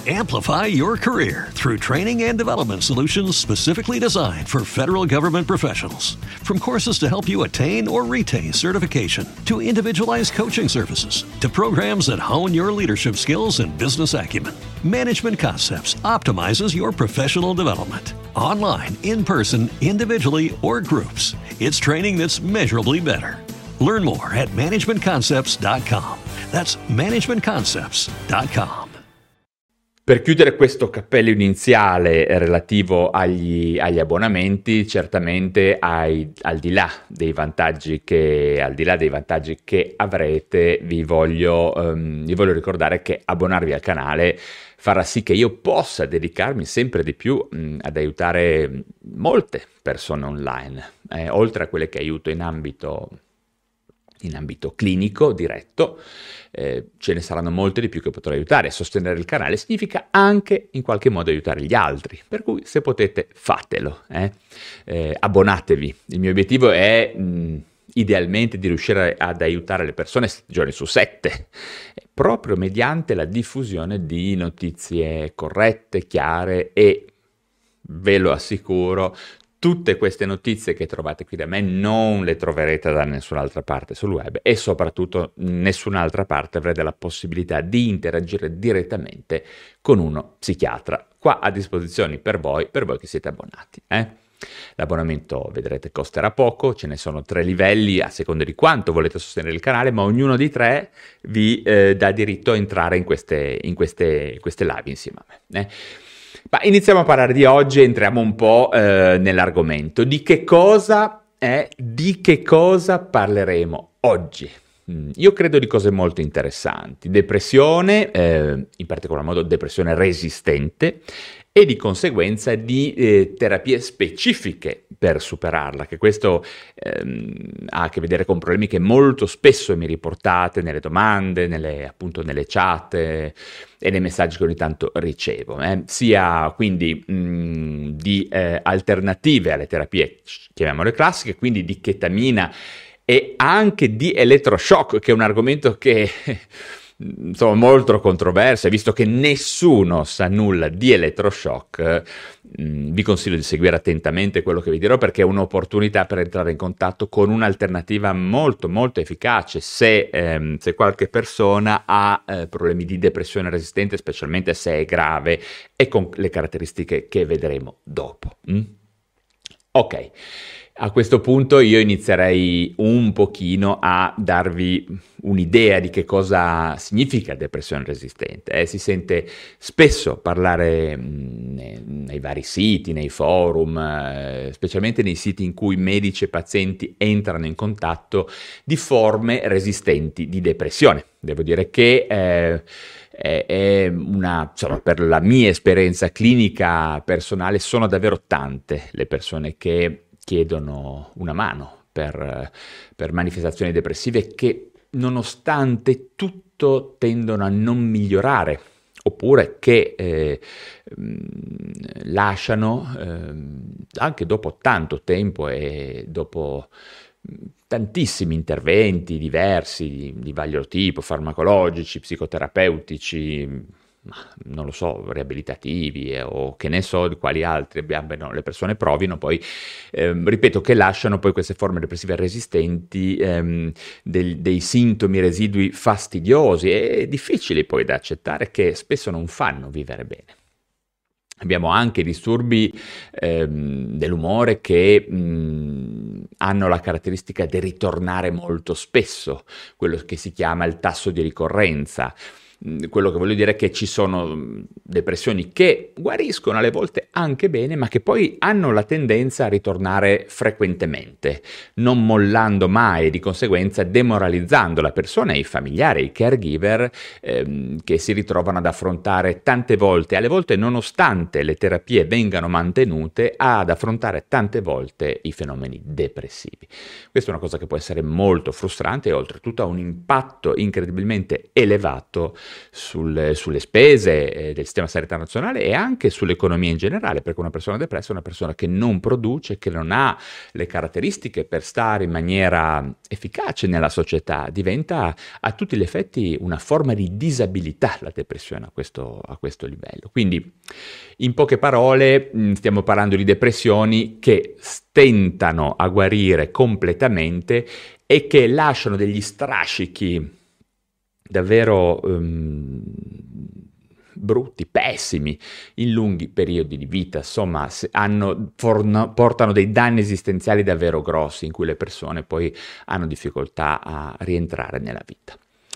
Amplify your career through training and development solutions specifically designed for federal government professionals. From courses to help you attain or retain certification, to individualized coaching services, to programs that hone your leadership skills and business acumen, Management Concepts optimizes your professional development. Online, in person, individually, or groups, it's training that's measurably better. Learn more at managementconcepts.com. That's managementconcepts.com. Per chiudere questo cappello iniziale relativo agli abbonamenti, certamente al di là dei vantaggi che avrete, vi voglio ricordare che abbonarvi al canale farà sì che io possa dedicarmi sempre di più ad aiutare molte persone online, oltre a quelle che aiuto in ambito clinico diretto. Ce ne saranno molte di più che potrò aiutare. Sostenere il canale significa anche in qualche modo aiutare gli altri, per cui se potete fatelo, abbonatevi. Il mio obiettivo è idealmente di riuscire ad aiutare le persone 7 giorni su 7, proprio mediante la diffusione di notizie corrette, chiare e, ve lo assicuro, tutte queste notizie che trovate qui da me non le troverete da nessun'altra parte sul web, e soprattutto nessun'altra parte avrete la possibilità di interagire direttamente con uno psichiatra qua a disposizione per voi che siete abbonati. L'abbonamento, vedrete, costerà poco, ce ne sono 3 livelli a seconda di quanto volete sostenere il canale, ma ognuno di 3 vi dà diritto a entrare in queste live insieme a me. Ma iniziamo a parlare di oggi, entriamo un po' nell'argomento. Di che cosa parleremo oggi? Io credo di cose molto interessanti. Depressione, in particolar modo depressione resistente, e di conseguenza di terapie specifiche per superarla, che questo ha a che vedere con problemi che molto spesso mi riportate nelle domande, nelle chat e nei messaggi che ogni tanto ricevo, sia quindi di alternative alle terapie, chiamiamole classiche, quindi di chetamina e anche di elettroshock, che è un argomento che insomma molto controverso, visto che nessuno sa nulla di elettroshock. Vi consiglio di seguire attentamente quello che vi dirò, perché è un'opportunità per entrare in contatto con un'alternativa molto molto efficace se qualche persona ha problemi di depressione resistente, specialmente se è grave e con le caratteristiche che vedremo dopo. Ok. A questo punto io inizierei un pochino a darvi un'idea di che cosa significa depressione resistente. Si sente spesso parlare nei vari siti, nei forum, specialmente nei siti in cui medici e pazienti entrano in contatto, di forme resistenti di depressione. Devo dire che insomma, per la mia esperienza clinica personale, sono davvero tante le persone che chiedono una mano per manifestazioni depressive che, nonostante tutto, tendono a non migliorare, oppure che lasciano anche dopo tanto tempo e dopo tantissimi interventi diversi di vario tipo, farmacologici, psicoterapeutici, non lo so, riabilitativi o che ne so di quali altri le persone provino, poi ripeto, che lasciano poi queste forme depressive resistenti dei sintomi residui fastidiosi e difficili poi da accettare, che spesso non fanno vivere bene. Abbiamo anche disturbi dell'umore che hanno la caratteristica di ritornare molto spesso, quello che si chiama il tasso di ricorrenza. Quello che voglio dire è che ci sono depressioni che guariscono alle volte anche bene, ma che poi hanno la tendenza a ritornare frequentemente, non mollando mai e di conseguenza demoralizzando la persona e i familiari, i caregiver, che si ritrovano ad affrontare tante volte, alle volte nonostante le terapie vengano mantenute, ad affrontare tante volte i fenomeni depressivi. Questa è una cosa che può essere molto frustrante e oltretutto ha un impatto incredibilmente elevato sulle spese del sistema sanitario nazionale e anche sull'economia in generale, perché una persona depressa è una persona che non produce, che non ha le caratteristiche per stare in maniera efficace nella società, diventa a tutti gli effetti una forma di disabilità la depressione a questo livello. Quindi, in poche parole, stiamo parlando di depressioni che stentano a guarire completamente e che lasciano degli strascichi davvero brutti, pessimi, in lunghi periodi di vita, insomma, portano dei danni esistenziali davvero grossi, in cui le persone poi hanno difficoltà a rientrare nella vita.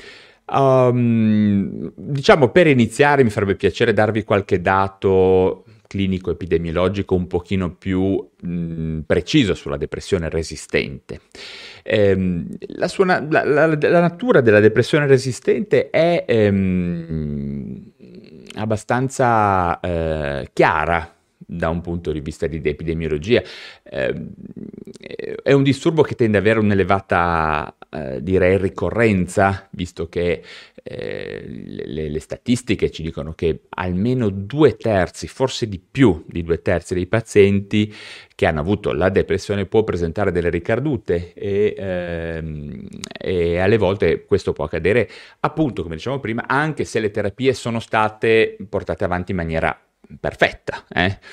Diciamo, per iniziare mi farebbe piacere darvi qualche dato clinico epidemiologico un pochino più preciso sulla depressione resistente. La natura della depressione resistente è abbastanza chiara da un punto di vista di epidemiologia. È un disturbo che tende ad avere un'elevata, direi, ricorrenza, visto che le statistiche ci dicono che almeno 2/3, forse di più di 2/3 dei pazienti che hanno avuto la depressione può presentare delle ricadute e alle volte questo può accadere, appunto, come dicevamo prima, anche se le terapie sono state portate avanti in maniera perfetta,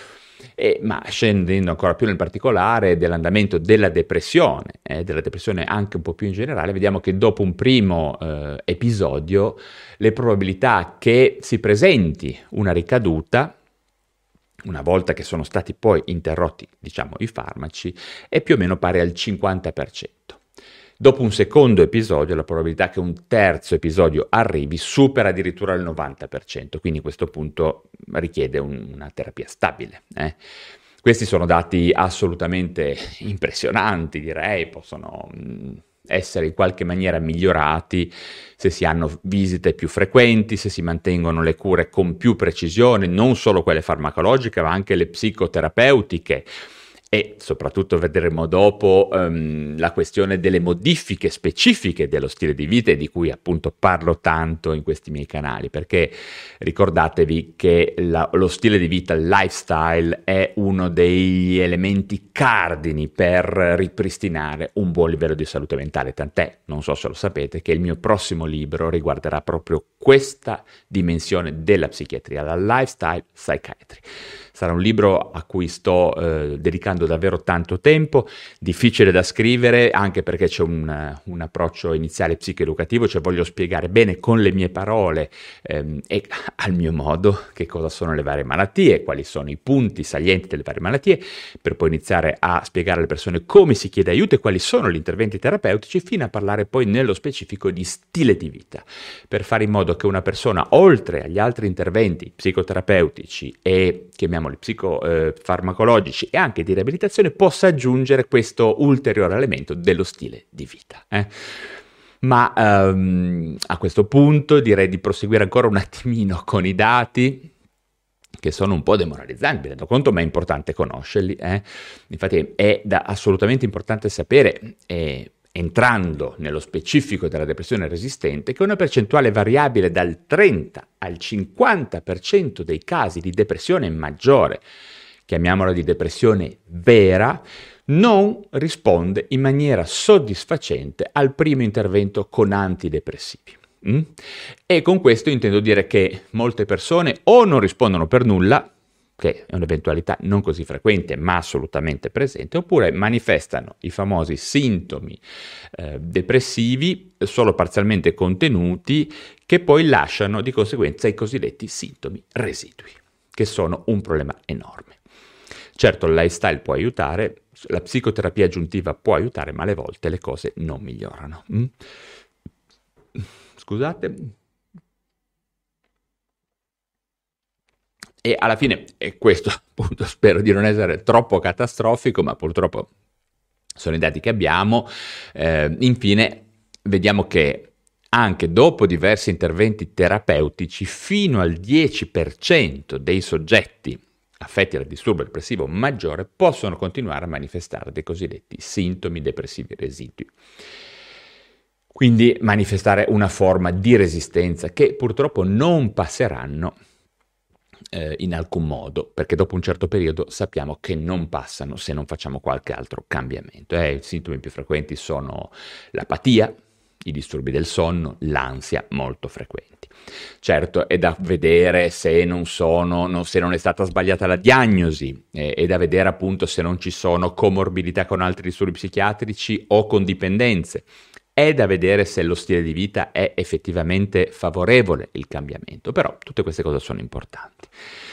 ma scendendo ancora più nel particolare dell'andamento della depressione anche un po' più in generale, vediamo che dopo un primo episodio le probabilità che si presenti una ricaduta, una volta che sono stati poi interrotti, diciamo, i farmaci, è più o meno pari al 50%. Dopo un secondo episodio, la probabilità che un terzo episodio arrivi supera addirittura il 90%, quindi a questo punto richiede una terapia stabile. Questi sono dati assolutamente impressionanti, direi, possono essere in qualche maniera migliorati se si hanno visite più frequenti, se si mantengono le cure con più precisione, non solo quelle farmacologiche, ma anche le psicoterapeutiche. E soprattutto vedremo dopo la questione delle modifiche specifiche dello stile di vita, di cui appunto parlo tanto in questi miei canali, perché ricordatevi che lo stile di vita, il lifestyle, è uno degli elementi cardini per ripristinare un buon livello di salute mentale, tant'è, non so se lo sapete, che il mio prossimo libro riguarderà proprio questa dimensione della psichiatria, la lifestyle psychiatry. Sarà un libro a cui sto dedicando davvero tanto tempo, difficile da scrivere anche perché c'è un approccio iniziale psicoeducativo, cioè voglio spiegare bene con le mie parole e al mio modo che cosa sono le varie malattie, quali sono i punti salienti delle varie malattie, per poi iniziare a spiegare alle persone come si chiede aiuto e quali sono gli interventi terapeutici, fino a parlare poi nello specifico di stile di vita, per fare in modo che una persona, oltre agli altri interventi psicoterapeutici e chiamiamoli psicofarmacologici e anche di riabilitazione, possa aggiungere questo ulteriore elemento dello stile di vita. Ma a questo punto direi di proseguire ancora un attimino con i dati, che sono un po' demoralizzanti, mi rendo conto, ma è importante conoscerli. Infatti è assolutamente importante sapere, entrando nello specifico della depressione resistente, che una percentuale variabile dal 30 al 50% dei casi di depressione maggiore, chiamiamola di depressione vera, non risponde in maniera soddisfacente al primo intervento con antidepressivi. E con questo intendo dire che molte persone o non rispondono per nulla, che è un'eventualità non così frequente ma assolutamente presente, oppure manifestano i famosi sintomi depressivi solo parzialmente contenuti, che poi lasciano di conseguenza i cosiddetti sintomi residui, che sono un problema enorme. Certo, il lifestyle può aiutare, la psicoterapia aggiuntiva può aiutare, ma alle volte le cose non migliorano. Scusate. E alla fine, e questo appunto spero di non essere troppo catastrofico, ma purtroppo sono i dati che abbiamo, infine vediamo che anche dopo diversi interventi terapeutici, fino al 10% dei soggetti affetti dal disturbo depressivo maggiore possono continuare a manifestare dei cosiddetti sintomi depressivi residui. Quindi manifestare una forma di resistenza che purtroppo non passeranno in alcun modo, perché dopo un certo periodo sappiamo che non passano se non facciamo qualche altro cambiamento. I sintomi più frequenti sono l'apatia, i disturbi del sonno, l'ansia molto frequenti. Certo, è da vedere se non è stata sbagliata la diagnosi, è da vedere appunto se non ci sono comorbidità con altri disturbi psichiatrici o con dipendenze. È da vedere se lo stile di vita è effettivamente favorevole il cambiamento, però tutte queste cose sono importanti.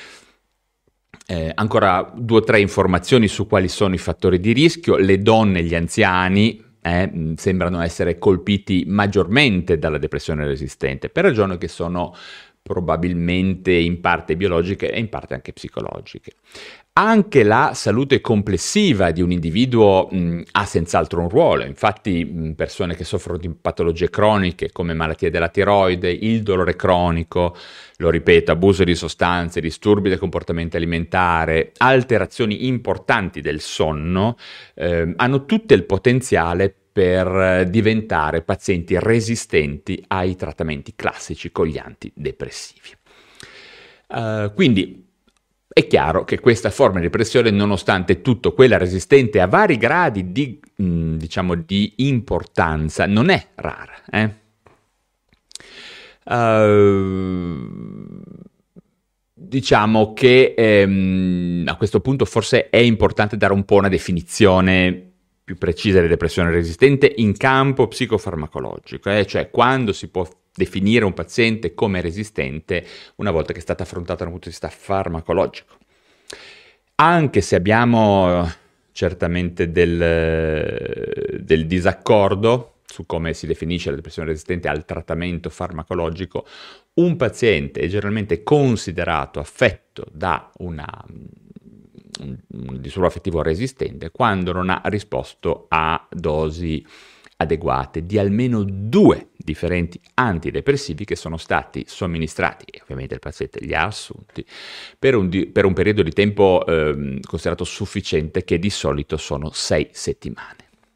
Ancora 2 o 3 informazioni su quali sono i fattori di rischio. Le donne e gli anziani sembrano essere colpiti maggiormente dalla depressione resistente, per ragioni che sono probabilmente in parte biologiche e in parte anche psicologiche. Anche la salute complessiva di un individuo ha senz'altro un ruolo. Infatti persone che soffrono di patologie croniche come malattie della tiroide, il dolore cronico, lo ripeto, abuso di sostanze, disturbi del comportamento alimentare, alterazioni importanti del sonno, hanno tutto il potenziale per diventare pazienti resistenti ai trattamenti classici con gli antidepressivi. Quindi è chiaro che questa forma di depressione, nonostante tutto, quella resistente a vari gradi di importanza, non è rara. Diciamo che a questo punto forse è importante dare un po' una definizione più precisa di depressione resistente in campo psicofarmacologico, cioè quando si può definire un paziente come resistente una volta che è stata affrontata da un punto di vista farmacologico. Anche se abbiamo certamente del disaccordo su come si definisce la depressione resistente al trattamento farmacologico, un paziente è generalmente considerato affetto da un disturbo affettivo resistente quando non ha risposto a dosi adeguate di almeno 2 differenti antidepressivi che sono stati somministrati, e ovviamente il paziente li ha assunti, per un periodo di tempo considerato sufficiente, che di solito sono 6 settimane.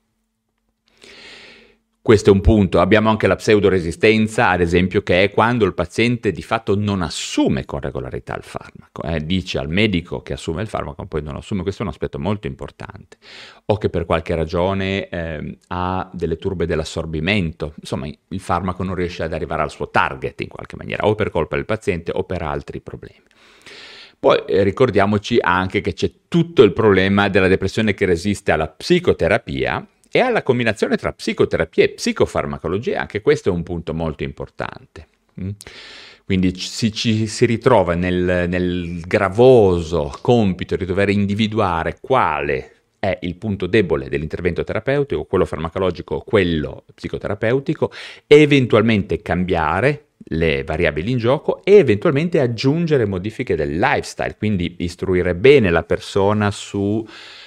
Questo è un punto. Abbiamo anche la pseudoresistenza, ad esempio, che è quando il paziente di fatto non assume con regolarità il farmaco, dice al medico che assume il farmaco, ma poi non assume. Questo è un aspetto molto importante. O che per qualche ragione ha delle turbe dell'assorbimento, insomma il farmaco non riesce ad arrivare al suo target in qualche maniera, o per colpa del paziente o per altri problemi. Poi ricordiamoci anche che c'è tutto il problema della depressione che resiste alla psicoterapia e alla combinazione tra psicoterapia e psicofarmacologia. Anche questo è un punto molto importante. Quindi si ritrova nel gravoso compito di dover individuare quale è il punto debole dell'intervento terapeutico, quello farmacologico o quello psicoterapeutico, e eventualmente cambiare le variabili in gioco e eventualmente aggiungere modifiche del lifestyle, quindi istruire bene la persona sui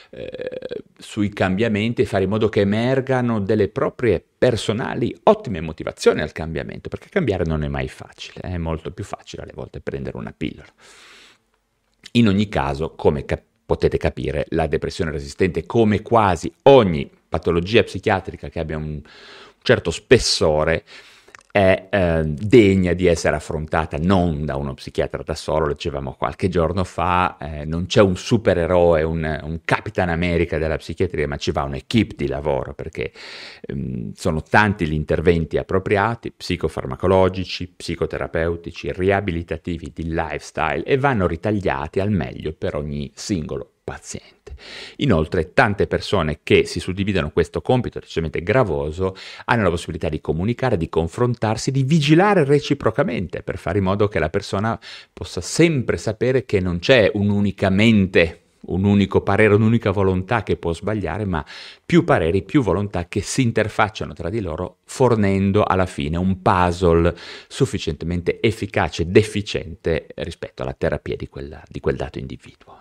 cambiamenti e fare in modo che emergano delle proprie personali ottime motivazioni al cambiamento, perché cambiare non è mai facile, è molto più facile alle volte prendere una pillola. In ogni caso, come potete capire, la depressione resistente, come quasi ogni patologia psichiatrica che abbia un certo spessore, è degna di essere affrontata non da uno psichiatra da solo. Dicevamo qualche giorno fa, non c'è un supereroe, un Capitan America della psichiatria, ma ci va un'equipe di lavoro, perché sono tanti gli interventi appropriati, psicofarmacologici, psicoterapeutici, riabilitativi, di lifestyle, e vanno ritagliati al meglio per ogni singolo paziente. Inoltre, tante persone che si suddividono questo compito decisamente gravoso hanno la possibilità di comunicare, di confrontarsi, di vigilare reciprocamente, per fare in modo che la persona possa sempre sapere che non c'è un unico parere, un'unica volontà che può sbagliare, ma più pareri, più volontà che si interfacciano tra di loro, fornendo alla fine un puzzle sufficientemente efficace ed efficiente rispetto alla terapia di quel dato individuo.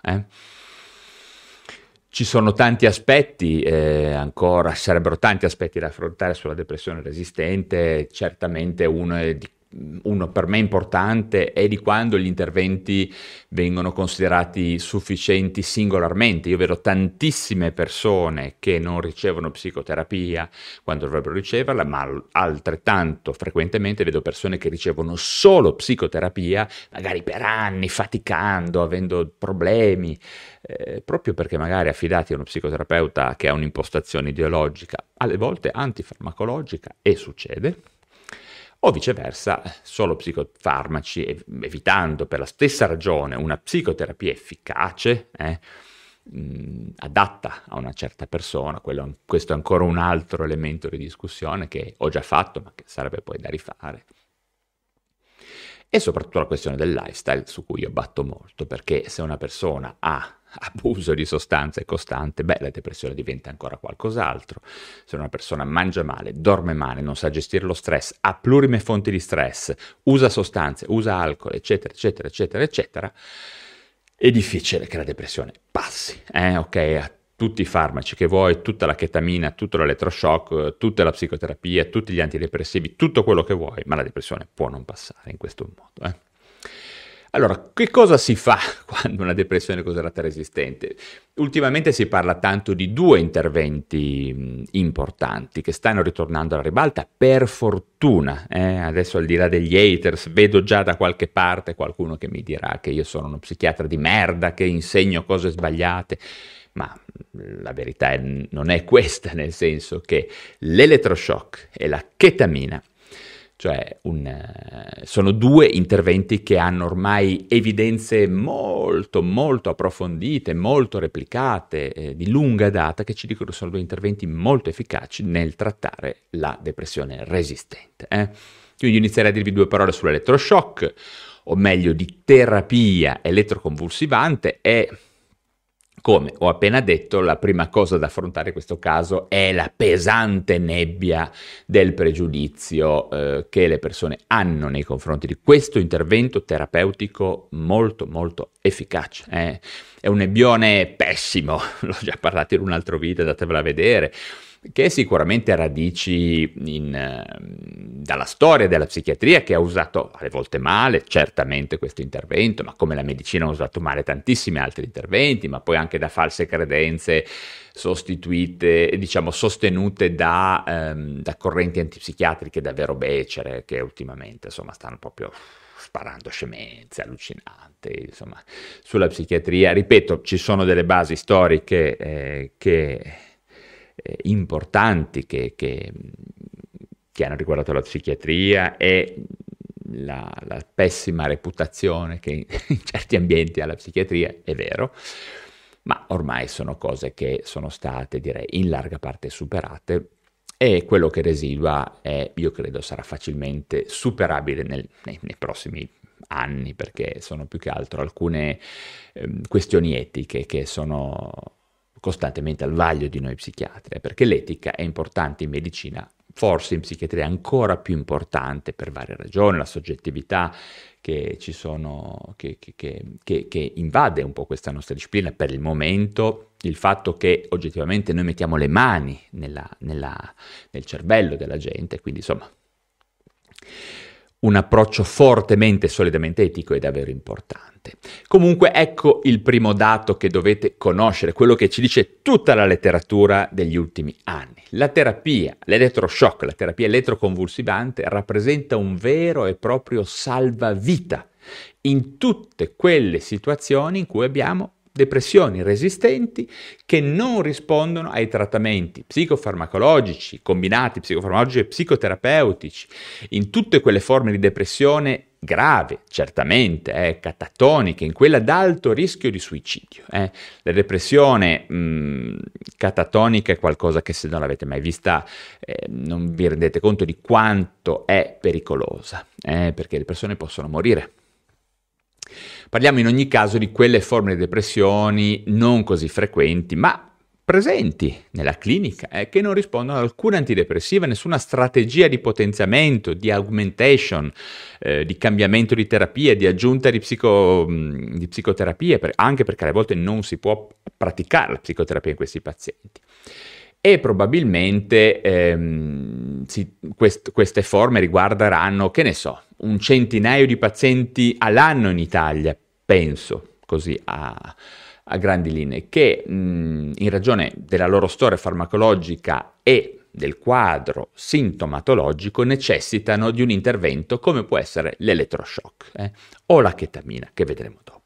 Ci sono tanti aspetti, sarebbero tanti aspetti da affrontare sulla depressione resistente. Certamente uno uno per me importante è di quando gli interventi vengono considerati sufficienti singolarmente. Io vedo tantissime persone che non ricevono psicoterapia quando dovrebbero riceverla, ma altrettanto frequentemente vedo persone che ricevono solo psicoterapia, magari per anni, faticando, avendo problemi, proprio perché magari affidati a uno psicoterapeuta che ha un'impostazione ideologica, alle volte antifarmacologica, e succede, o viceversa solo psicofarmaci, evitando per la stessa ragione una psicoterapia efficace, adatta a una certa persona. Questo è ancora un altro elemento di discussione che ho già fatto, ma che sarebbe poi da rifare. E soprattutto la questione del lifestyle, su cui io batto molto, perché se una persona ha abuso di sostanze costante, la depressione diventa ancora qualcos'altro. Se una persona mangia male, dorme male, non sa gestire lo stress, ha plurime fonti di stress, usa sostanze, usa alcol, eccetera, eccetera, eccetera, eccetera, è difficile che la depressione passi. Ok, tutti i farmaci che vuoi, tutta la chetamina, tutto l'elettroshock, tutta la psicoterapia, tutti gli antidepressivi, tutto quello che vuoi, ma la depressione può non passare in questo modo. Allora, che cosa si fa quando una depressione è considerata resistente? Ultimamente si parla tanto di 2 interventi importanti che stanno ritornando alla ribalta, per fortuna. Adesso, al di là degli haters, vedo già da qualche parte qualcuno che mi dirà che io sono uno psichiatra di merda, che insegno cose sbagliate. Ma la verità non è questa, nel senso che l'elettroshock e la chetamina, cioè sono 2 interventi che hanno ormai evidenze molto molto approfondite, molto replicate, di lunga data, che ci dicono che sono 2 interventi molto efficaci nel trattare la depressione resistente. Quindi inizierei a dirvi 2 parole sull'elettroshock, o meglio di terapia elettroconvulsivante. E come ho appena detto, la prima cosa da affrontare in questo caso è la pesante nebbia del pregiudizio che le persone hanno nei confronti di questo intervento terapeutico molto molto efficace. È un nebbione pessimo, l'ho già parlato in un altro video, andatevela a vedere, che sicuramente ha radici dalla storia della psichiatria, che ha usato alle volte male certamente questo intervento, ma come la medicina ha usato male tantissimi altri interventi, ma poi anche da false credenze sostenute da correnti antipsichiatriche davvero becere, che ultimamente insomma stanno proprio sparando scemenze allucinanti, insomma, sulla psichiatria. Ripeto, ci sono delle basi storiche importanti che hanno riguardato la psichiatria e la pessima reputazione che in certi ambienti ha la psichiatria, è vero, ma ormai sono cose che sono state, direi, in larga parte superate, e quello che residua io credo sarà facilmente superabile nei prossimi anni, perché sono più che altro alcune questioni etiche che sono costantemente al vaglio di noi psichiatri, perché l'etica è importante in medicina, forse in psichiatria è ancora più importante per varie ragioni, la soggettività che ci sono, che invade un po' questa nostra disciplina per il momento, il fatto che oggettivamente noi mettiamo le mani nel cervello della gente, quindi insomma un approccio fortemente e solidamente etico è davvero importante. Comunque ecco il primo dato che dovete conoscere, quello che ci dice tutta la letteratura degli ultimi anni. La terapia, l'elettroshock, la terapia elettroconvulsivante rappresenta un vero e proprio salvavita in tutte quelle situazioni in cui abbiamo depressioni resistenti che non rispondono ai trattamenti psicofarmacologici, combinati psicofarmacologici e psicoterapeutici, in tutte quelle forme di depressione grave, certamente, catatoniche, in quella ad alto rischio di suicidio. La depressione catatonica è qualcosa che, se non l'avete mai vista, non vi rendete conto di quanto è pericolosa, perché le persone possono morire. Parliamo in ogni caso di quelle forme di depressioni non così frequenti, ma presenti nella clinica, che non rispondono ad alcuna antidepressiva, nessuna strategia di potenziamento, di augmentation, di cambiamento di terapia, di aggiunta di psicoterapia, anche perché alle volte non si può praticare la psicoterapia in questi pazienti. E probabilmente queste forme riguarderanno, che ne so, un centinaio di pazienti all'anno in Italia, penso, così a grandi linee, che in ragione della loro storia farmacologica e del quadro sintomatologico necessitano di un intervento come può essere l'elettroshock o la chetamina, che vedremo dopo.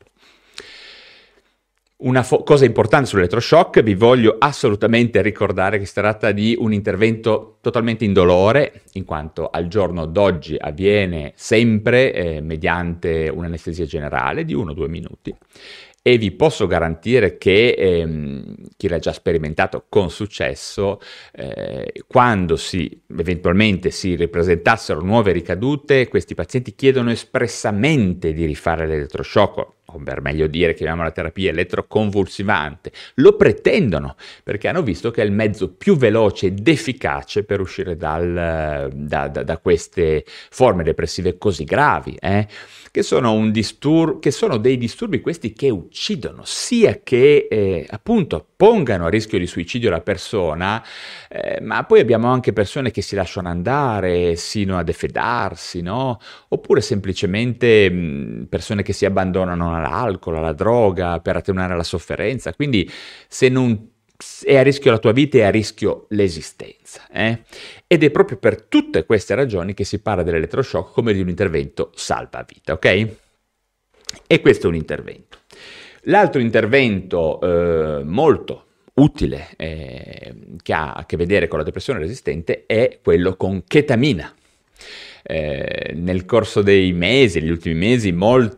Una cosa importante sull'elettroshock, vi voglio assolutamente ricordare che si tratta di un intervento totalmente indolore, in quanto al giorno d'oggi avviene sempre mediante un'anestesia generale di 1 o 2 minuti. E vi posso garantire che chi l'ha già sperimentato con successo, quando eventualmente si ripresentassero nuove ricadute, questi pazienti chiedono espressamente di rifare l'elettroshock, o per meglio dire, chiamiamola terapia elettroconvulsivante. Lo pretendono perché hanno visto che è il mezzo più veloce ed efficace per uscire da queste forme depressive così gravi, che sono dei disturbi questi che uccidono, sia che appunto pongano a rischio di suicidio la persona, ma poi abbiamo anche persone che si lasciano andare sino a defedarsi, no? Oppure semplicemente persone che si abbandonano all'alcol, alla droga per attenuare la sofferenza. Quindi se non è a rischio la tua vita, è a rischio l'esistenza. Ed è proprio per tutte queste ragioni che si parla dell'elettroshock come di un intervento salvavita, ok? E questo è un intervento. L'altro intervento molto utile che ha a che vedere con la depressione resistente è quello con chetamina. Nel corso dei mesi, negli ultimi mesi,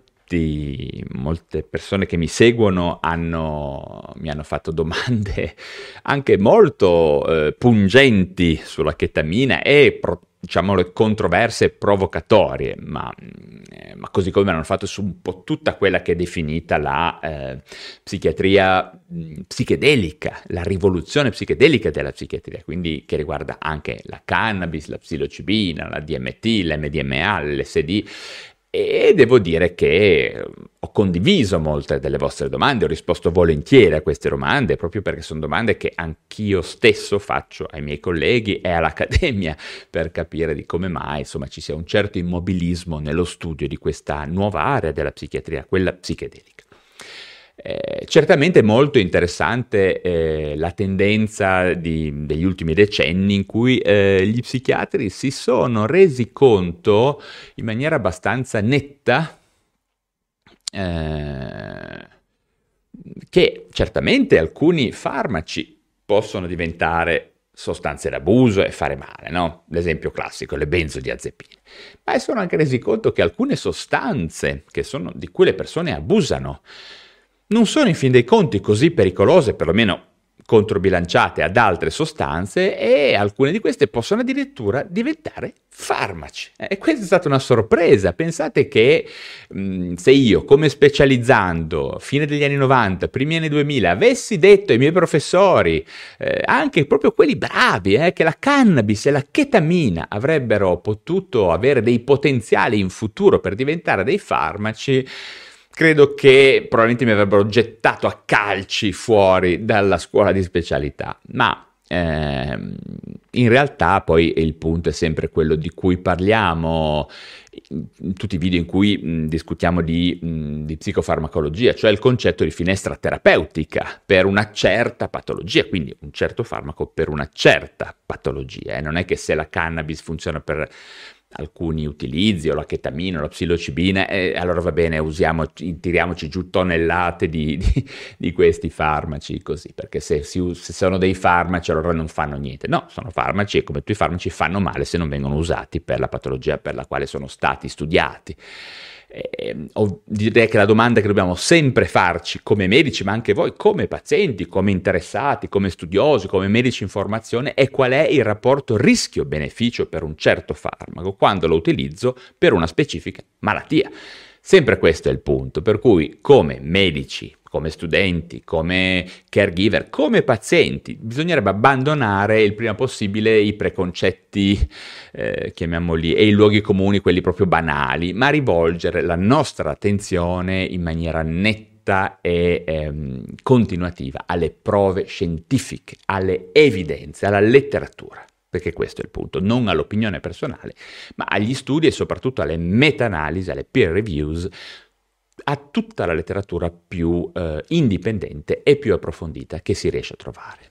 molte persone che mi seguono mi hanno fatto domande anche molto pungenti sulla chetamina e diciamo controverse e provocatorie, ma così come hanno fatto su un po' tutta quella che è definita la psichiatria psichedelica, la rivoluzione psichedelica della psichiatria, quindi che riguarda anche la cannabis, la psilocibina, la DMT, l'MDMA, l'LSD. E devo dire che ho condiviso molte delle vostre domande, ho risposto volentieri a queste domande, proprio perché sono domande che anch'io stesso faccio ai miei colleghi e all'accademia per capire di come mai, insomma, ci sia un certo immobilismo nello studio di questa nuova area della psichiatria, quella psichedelica. Certamente molto interessante la tendenza degli ultimi decenni in cui gli psichiatri si sono resi conto in maniera abbastanza netta che certamente alcuni farmaci possono diventare sostanze d'abuso e fare male, no? L'esempio classico, le benzodiazepine. Ma si sono anche resi conto che alcune sostanze di cui le persone abusano non sono in fin dei conti così pericolose, perlomeno controbilanciate ad altre sostanze, e alcune di queste possono addirittura diventare farmaci. E questa è stata una sorpresa. Pensate che se io, come specializzando, fine degli anni 90, primi anni 2000, avessi detto ai miei professori, anche proprio quelli bravi, che la cannabis e la chetamina avrebbero potuto avere dei potenziali in futuro per diventare dei farmaci, credo che probabilmente mi avrebbero gettato a calci fuori dalla scuola di specialità, ma in realtà poi il punto è sempre quello di cui parliamo in tutti i video in cui discutiamo di psicofarmacologia, cioè il concetto di finestra terapeutica per una certa patologia, quindi un certo farmaco per una certa patologia. Non è che se la cannabis funziona per alcuni utilizzi, o la chetamina, o la psilocibina, allora va bene, tiriamoci giù tonnellate di questi farmaci così, perché se sono dei farmaci allora non fanno niente. No, sono farmaci e come tutti i farmaci fanno male se non vengono usati per la patologia per la quale sono stati studiati. Direi che la domanda che dobbiamo sempre farci come medici, ma anche voi come pazienti, come interessati, come studiosi, come medici in formazione, è qual è il rapporto rischio-beneficio per un certo farmaco quando lo utilizzo per una specifica malattia. Sempre questo è il punto, per cui come medici, come studenti, come caregiver, come pazienti, bisognerebbe abbandonare il prima possibile i preconcetti, chiamiamoli, e i luoghi comuni, quelli proprio banali, ma rivolgere la nostra attenzione in maniera netta e continuativa alle prove scientifiche, alle evidenze, alla letteratura. perché questo è il punto, non all'opinione personale, ma agli studi e soprattutto alle meta-analisi, alle peer reviews, a tutta la letteratura più indipendente e più approfondita che si riesce a trovare.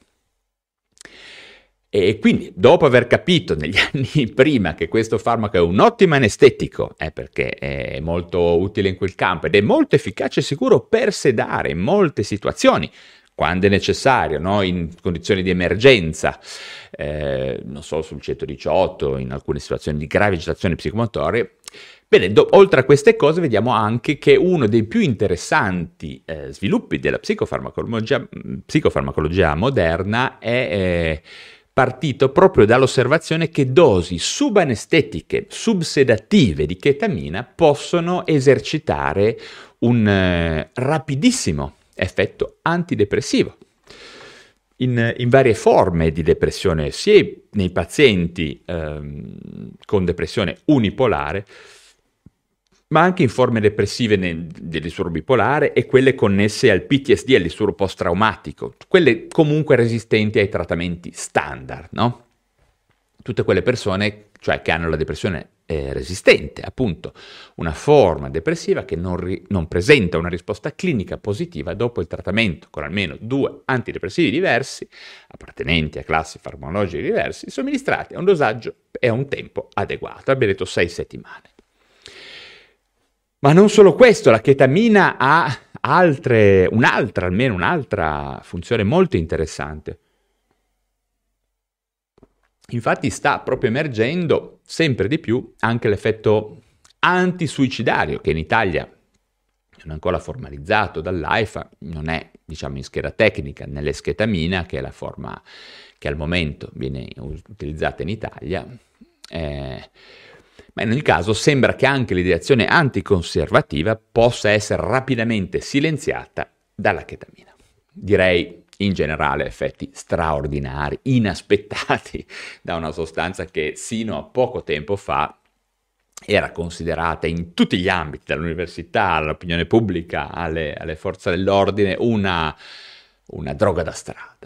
E quindi, dopo aver capito negli anni prima che questo farmaco è un ottimo anestetico, perché è molto utile in quel campo ed è molto efficace e sicuro per sedare in molte situazioni, quando è necessario, no? In condizioni di emergenza, non solo sul 118, in alcune situazioni di gravi agitazioni psicomotorie. Bene, oltre a queste cose vediamo anche che uno dei più interessanti sviluppi della psicofarmacologia moderna è partito proprio dall'osservazione che dosi subanestetiche, subsedative di chetamina possono esercitare un rapidissimo effetto antidepressivo in varie forme di depressione, sia nei pazienti con depressione unipolare, ma anche in forme depressive del disturbo bipolare e quelle connesse al PTSD, al disturbo post-traumatico, quelle comunque resistenti ai trattamenti standard, no? Tutte quelle persone, cioè, che hanno la depressione resistente, appunto, una forma depressiva che non presenta una risposta clinica positiva dopo il trattamento con almeno 2 antidepressivi diversi, appartenenti a classi farmacologiche diversi, somministrati a un dosaggio e a un tempo adeguato, abbiamo detto 6 settimane. Ma non solo questo, la chetamina ha almeno un'altra funzione molto interessante. Infatti sta proprio emergendo sempre di più anche l'effetto antisuicidario, che in Italia non è ancora formalizzato dall'AIFA, non è, diciamo, in scheda tecnica nell'esketamina, che è la forma che al momento viene utilizzata in Italia. Ma in ogni caso sembra che anche l'ideazione anticonservativa possa essere rapidamente silenziata dalla chetamina. Direi in generale effetti straordinari, inaspettati da una sostanza che sino a poco tempo fa era considerata in tutti gli ambiti, dall'università all'opinione pubblica, alle forze dell'ordine, una droga da strada.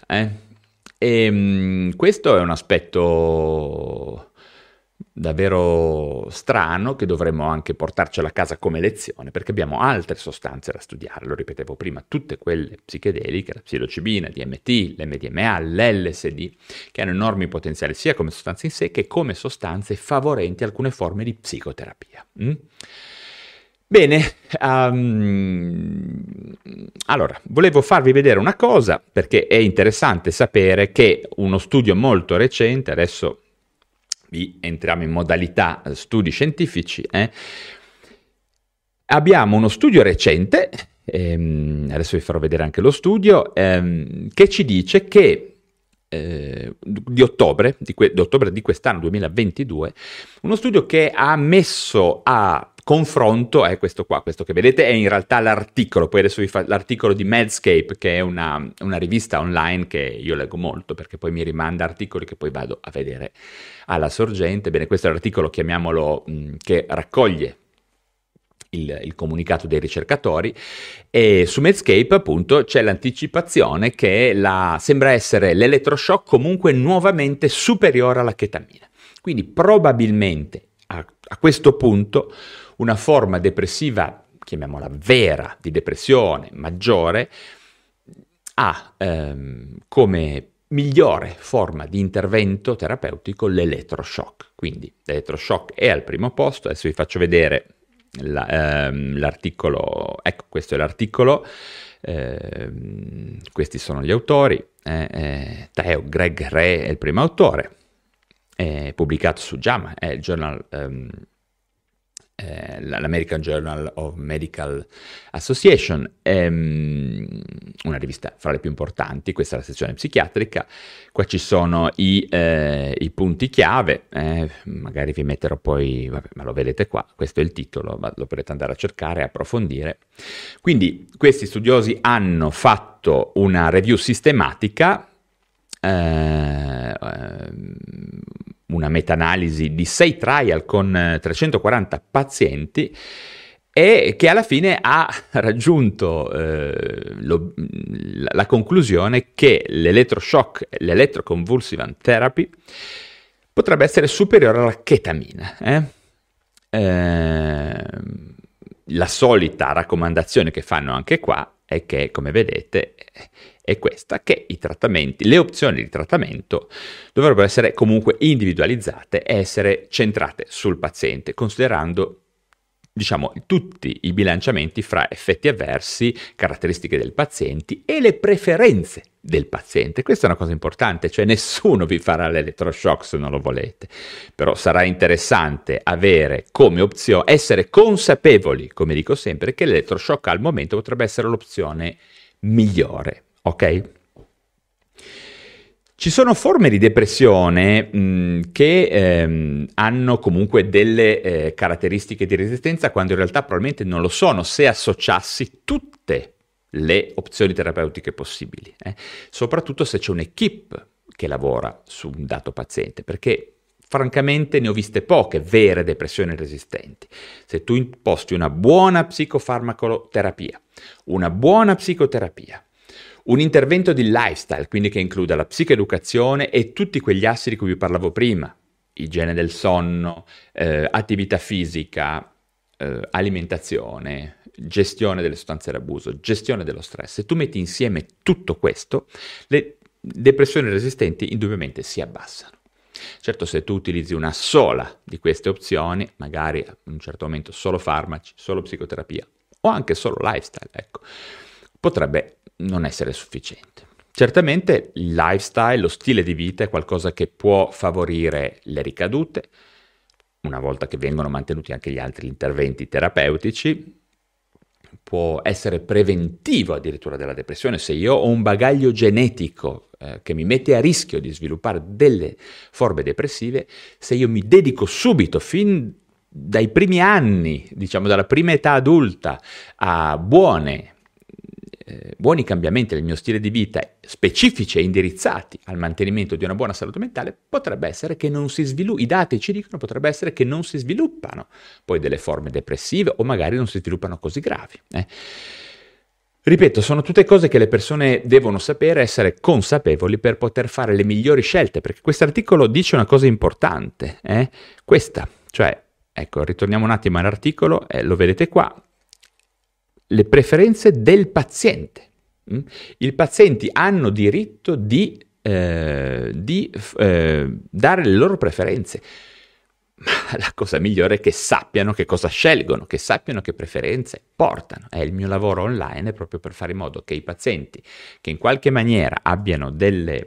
E questo è un aspetto davvero strano che dovremmo anche portarcela a casa come lezione, perché abbiamo altre sostanze da studiare, lo ripetevo prima, tutte quelle psichedeliche, la psilocibina, DMT, l'MDMA, l'LSD, che hanno enormi potenziali sia come sostanze in sé che come sostanze favorenti alcune forme di psicoterapia. Bene, allora, volevo farvi vedere una cosa, perché è interessante sapere che uno studio molto recente, adesso entriamo in modalità studi scientifici, abbiamo uno studio recente, adesso vi farò vedere anche lo studio, che ci dice che di ottobre di quest'anno 2022, uno studio che ha messo a confronto, questo che vedete è in realtà l'articolo, poi adesso vi fa l'articolo di Medscape, che è una rivista online che io leggo molto perché poi mi rimanda articoli che poi vado a vedere alla sorgente. Bene, questo è l'articolo, chiamiamolo, che raccoglie il comunicato dei ricercatori, e su Medscape appunto c'è l'anticipazione che sembra essere l'elettroshock comunque nuovamente superiore alla chetamina, quindi probabilmente a questo punto una forma depressiva, chiamiamola vera, di depressione maggiore, ha come migliore forma di intervento terapeutico l'elettroshock. Quindi l'elettroshock è al primo posto. Adesso vi faccio vedere l'articolo, ecco, questo è l'articolo, questi sono gli autori, Theo Greg Ray è il primo autore, è pubblicato su JAMA, è il journal, l'American Journal of Medical Association, una rivista fra le più importanti. Questa è la sezione psichiatrica, qua ci sono i punti chiave, magari vi metterò poi, vabbè, ma lo vedete qua, questo è il titolo, ma lo potete andare a cercare e approfondire. Quindi questi studiosi hanno fatto una review sistematica, una meta-analisi di 6 trial con 340 pazienti, e che alla fine ha raggiunto la conclusione che l'elettroshock, l'electroconvulsive therapy, potrebbe essere superiore alla chetamina. La solita raccomandazione che fanno anche qua è che, come vedete, è questa, che le opzioni di trattamento dovrebbero essere comunque individualizzate e essere centrate sul paziente, considerando, diciamo, tutti i bilanciamenti fra effetti avversi, caratteristiche del paziente e le preferenze del paziente. Questa è una cosa importante, cioè nessuno vi farà l'elettroshock se non lo volete, però sarà interessante avere come opzione, essere consapevoli, come dico sempre, che l'elettroshock al momento potrebbe essere l'opzione migliore, ok? Ci sono forme di depressione che hanno comunque delle caratteristiche di resistenza, quando in realtà probabilmente non lo sono, se associassi tutte le opzioni terapeutiche possibili, soprattutto se c'è un'equipe che lavora su un dato paziente, perché francamente ne ho viste poche vere depressioni resistenti. Se tu imposti una buona psicofarmacoterapia, una buona psicoterapia, un intervento di lifestyle, quindi che includa la psicoeducazione e tutti quegli assi di cui vi parlavo prima, igiene del sonno, attività fisica, alimentazione, gestione delle sostanze d'abuso, gestione dello stress. Se tu metti insieme tutto questo, le depressioni resistenti indubbiamente si abbassano. Certo, se tu utilizzi una sola di queste opzioni, magari a un certo momento solo farmaci, solo psicoterapia o anche solo lifestyle, ecco, potrebbe non essere sufficiente. Certamente il lifestyle, lo stile di vita è qualcosa che può favorire le ricadute, una volta che vengono mantenuti anche gli altri interventi terapeutici, può essere preventivo addirittura della depressione. Se io ho un bagaglio genetico che mi mette a rischio di sviluppare delle forme depressive, se io mi dedico subito, fin dai primi anni, diciamo dalla prima età adulta, a buoni cambiamenti nel mio stile di vita, specifici e indirizzati al mantenimento di una buona salute mentale, potrebbe essere che non si sviluppi, i dati ci dicono, potrebbe essere che non si sviluppano poi delle forme depressive o magari non si sviluppano così gravi. Ripeto, sono tutte cose che le persone devono sapere, essere consapevoli per poter fare le migliori scelte, perché questo articolo dice una cosa importante, questa, cioè, ecco, ritorniamo un attimo all'articolo, lo vedete qua, le preferenze del paziente. I pazienti hanno diritto di dare le loro preferenze, ma la cosa migliore è che sappiano che cosa scelgono, che sappiano che preferenze portano. Il mio lavoro online è proprio per fare in modo che i pazienti che in qualche maniera abbiano delle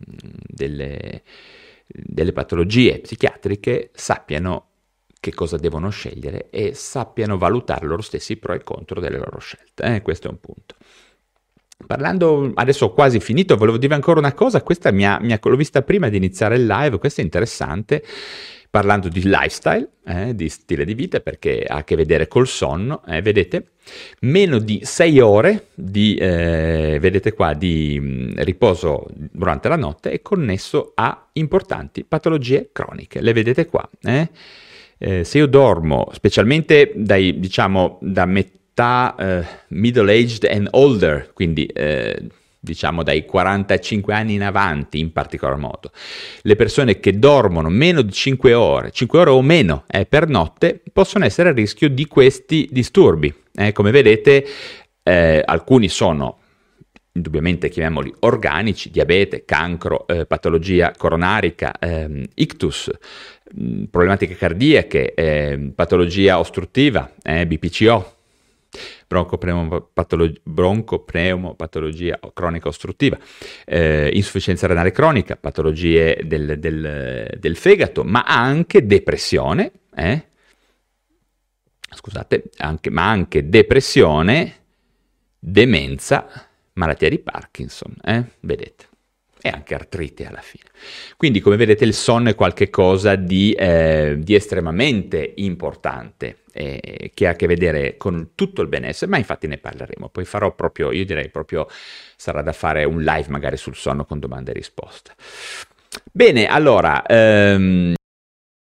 patologie psichiatriche sappiano che cosa devono scegliere e sappiano valutare loro stessi i pro e i contro delle loro scelte. Questo è un punto. Parlando, adesso ho quasi finito, volevo dire ancora una cosa, questa l'ho vista prima di iniziare il live, questa è interessante, parlando di lifestyle, di stile di vita, perché ha a che vedere col sonno, vedete, meno di 6 ore di, vedete qua, di riposo durante la notte è connesso a importanti patologie croniche, le vedete qua, se io dormo, specialmente da metà middle aged and older, quindi diciamo dai 45 anni in avanti in particolar modo, le persone che dormono meno di 5 ore o meno per notte, possono essere a rischio di questi disturbi. Come vedete, alcuni sono indubbiamente, chiamiamoli organici, diabete, cancro, patologia coronarica, ictus, problematiche cardiache, patologia ostruttiva, BPCO, broncopneumopatologia cronica ostruttiva, insufficienza renale cronica, patologie del fegato, ma anche depressione, ma anche depressione, demenza, malattia di Parkinson, vedete, e anche artrite alla fine. Quindi, come vedete, il sonno è qualcosa di estremamente importante, che ha a che vedere con tutto il benessere, ma infatti ne parleremo. Poi farò proprio, io direi proprio, sarà da fare un live magari sul sonno con domande e risposte. Bene, allora,